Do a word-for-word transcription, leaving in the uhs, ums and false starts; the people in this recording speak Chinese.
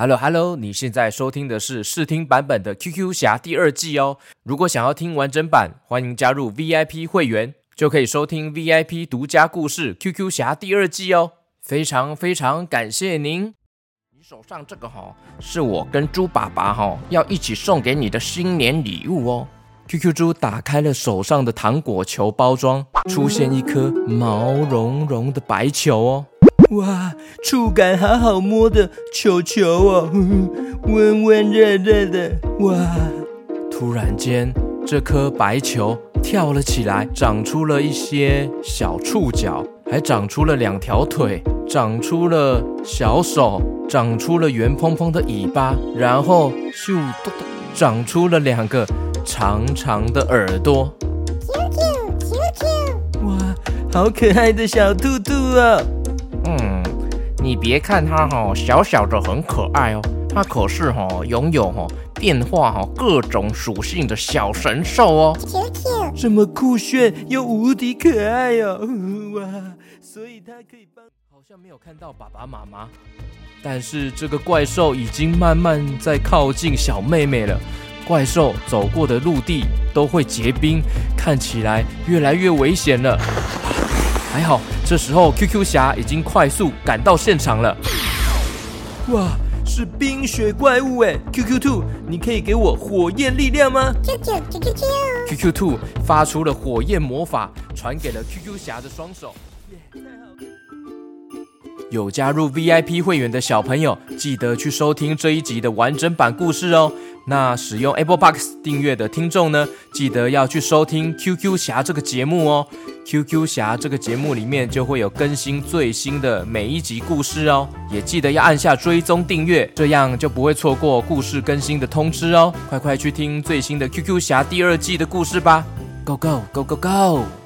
Hello Hello， 你现在收听的是试听版本的 Q Q 侠第二季哦。如果想要听完整版，欢迎加入 V I P 会员，就可以收听 V I P 独家故事 Q Q 侠第二季哦。非常非常感谢您。你手上这个齁，是我跟猪爸爸齁要一起送给你的新年礼物哦。Q Q 猪打开了手上的糖果球包装，出现一颗毛茸茸的白球哦。 哇，触感好好摸的球球哦，温温热热的，哇！ 突然间，这颗白球跳了起来，长出了一些小触角，还长出了两条腿，长出了小手，长出了圆蓬蓬的尾巴，然后咻咚咚，长出了两个长长的耳朵。 哇，好可爱的小兔兔哦！ 嗯，你别看它齁小小的很可爱哦，它可是齁拥有齁变化齁各种属性的小神兽哦。 这么酷炫又无敌可爱哦！哇，所以它可以帮…… 好像没有看到爸爸妈妈，但是这个怪兽已经慢慢在靠近小妹妹了。怪兽走过的陆地都会结冰，看起来越来越危险了。还好，这时候 Q Q 侠已经快速赶到现场了。 哇，是冰雪怪物哎 ！Q Q 兔，你可以给我火焰力量吗 ？Q Q 兔发出了火焰魔法，传给了 Q Q 侠的双手。有加入 V I P 会员的小朋友，记得去收听这一集的完整版故事哦。那使用 Apple Podcast 订阅的听众呢，记得要去收听 Q Q 侠这个节目哦。Q Q 侠这个节目里面就会有更新最新的每一集故事哦，也记得要按下追踪订阅，这样就不会错过故事更新的通知哦。快快去听最新的 Q Q 侠第二季的故事吧 ！Go go go go go！